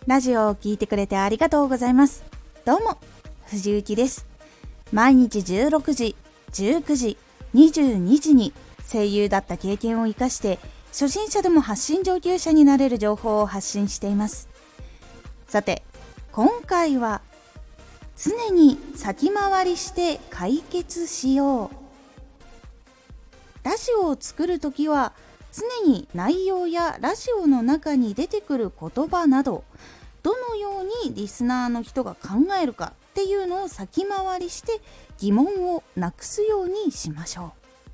ラジオを聞いてくれてありがとうございます。どうも、藤幸です。毎日16時、19時、22時に声優だった経験を生かして初心者でも発信上級者になれる情報を発信しています。さて、今回は常に先回りして解決しよう。ラジオを作るときは常に内容やラジオの中に出てくる言葉などどのようにリスナーの人が考えるかっていうのを先回りして疑問をなくすようにしましょう。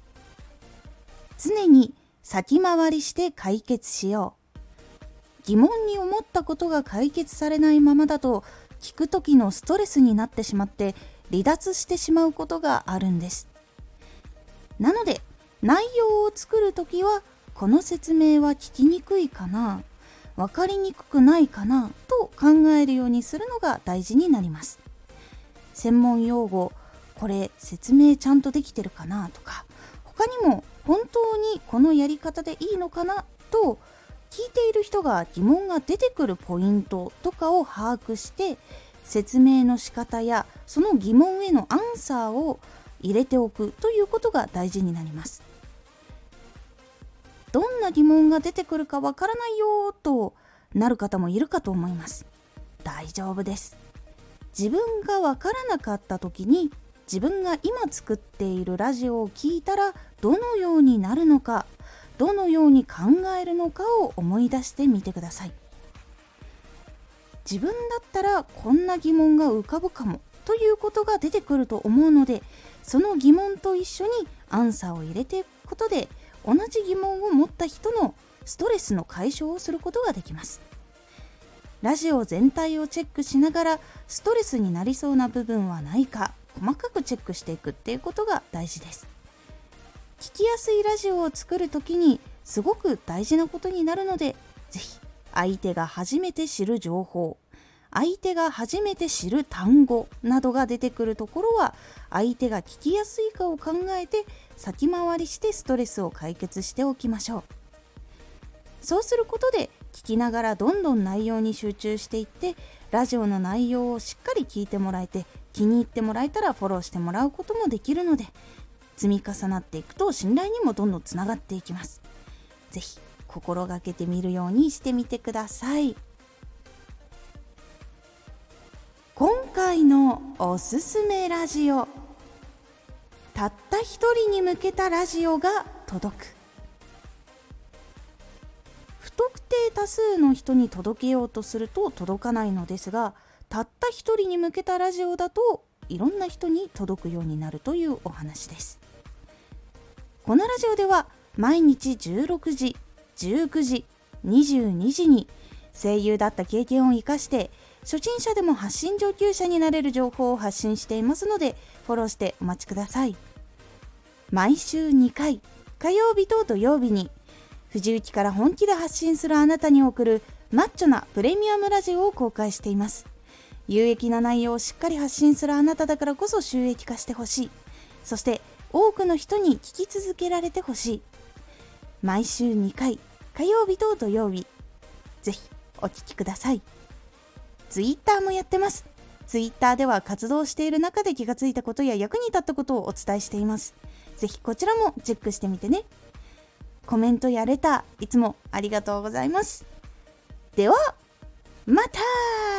常に先回りして解決しよう。疑問に思ったことが解決されないままだと聞く時のストレスになってしまって離脱してしまうことがあるんです。なので内容を作るときはこの説明は聞きにくいかな、わかりにくくないかなと考えるようにするのが大事になります。専門用語、これ説明ちゃんとできてるかなとか、他にも本当にこのやり方でいいのかなと聞いている人が疑問が出てくるポイントとかを把握して説明の仕方やその疑問へのアンサーを入れておくということが大事になります。どんな疑問が出てくるかわからないよとなる方もいるかと思います。大丈夫です。自分がわからなかった時に自分が今作っているラジオを聞いたらどのようになるのか、どのように考えるのかを思い出してみてください。自分だったらこんな疑問が浮かぶかもということが出てくると思うので、その疑問と一緒にアンサーを入れていくことで同じ疑問を持った人のストレスの解消をすることができます。ラジオ全体をチェックしながらストレスになりそうな部分はないか細かくチェックしていくっていうことが大事です。聞きやすいラジオを作るときにすごく大事なことになるので、ぜひ相手が初めて知る情報、相手が初めて知る単語などが出てくるところは相手が聞きやすいかを考えて先回りしてストレスを解決しておきましょう。そうすることで聞きながらどんどん内容に集中していってラジオの内容をしっかり聞いてもらえて気に入ってもらえたらフォローしてもらうこともできるので、積み重なっていくと信頼にもどんどんつながっていきます。ぜひ心がけてみるようにしてみてください。今回のおすすめラジオ、たった一人に向けたラジオが届く。不特定多数の人に届けようとすると届かないのですが、たった一人に向けたラジオだといろんな人に届くようになるというお話です。このラジオでは毎日16時、19時、22時に声優だった経験を生かして初心者でも発信上級者になれる情報を発信していますのでフォローしてお待ちください。毎週2回、火曜日と土曜日に藤幸から本気で発信するあなたに送るマッチョなプレミアムラジオを公開しています。有益な内容をしっかり発信するあなただからこそ収益化してほしい。そして多くの人に聞き続けられてほしい。毎週2回、火曜日と土曜日、ぜひお聞きください。ツイッターもやってます。ツイッターでは活動している中で気がついたことや役に立ったことをお伝えしています。ぜひこちらもチェックしてみてね。コメントやレターいつもありがとうございます。ではまた。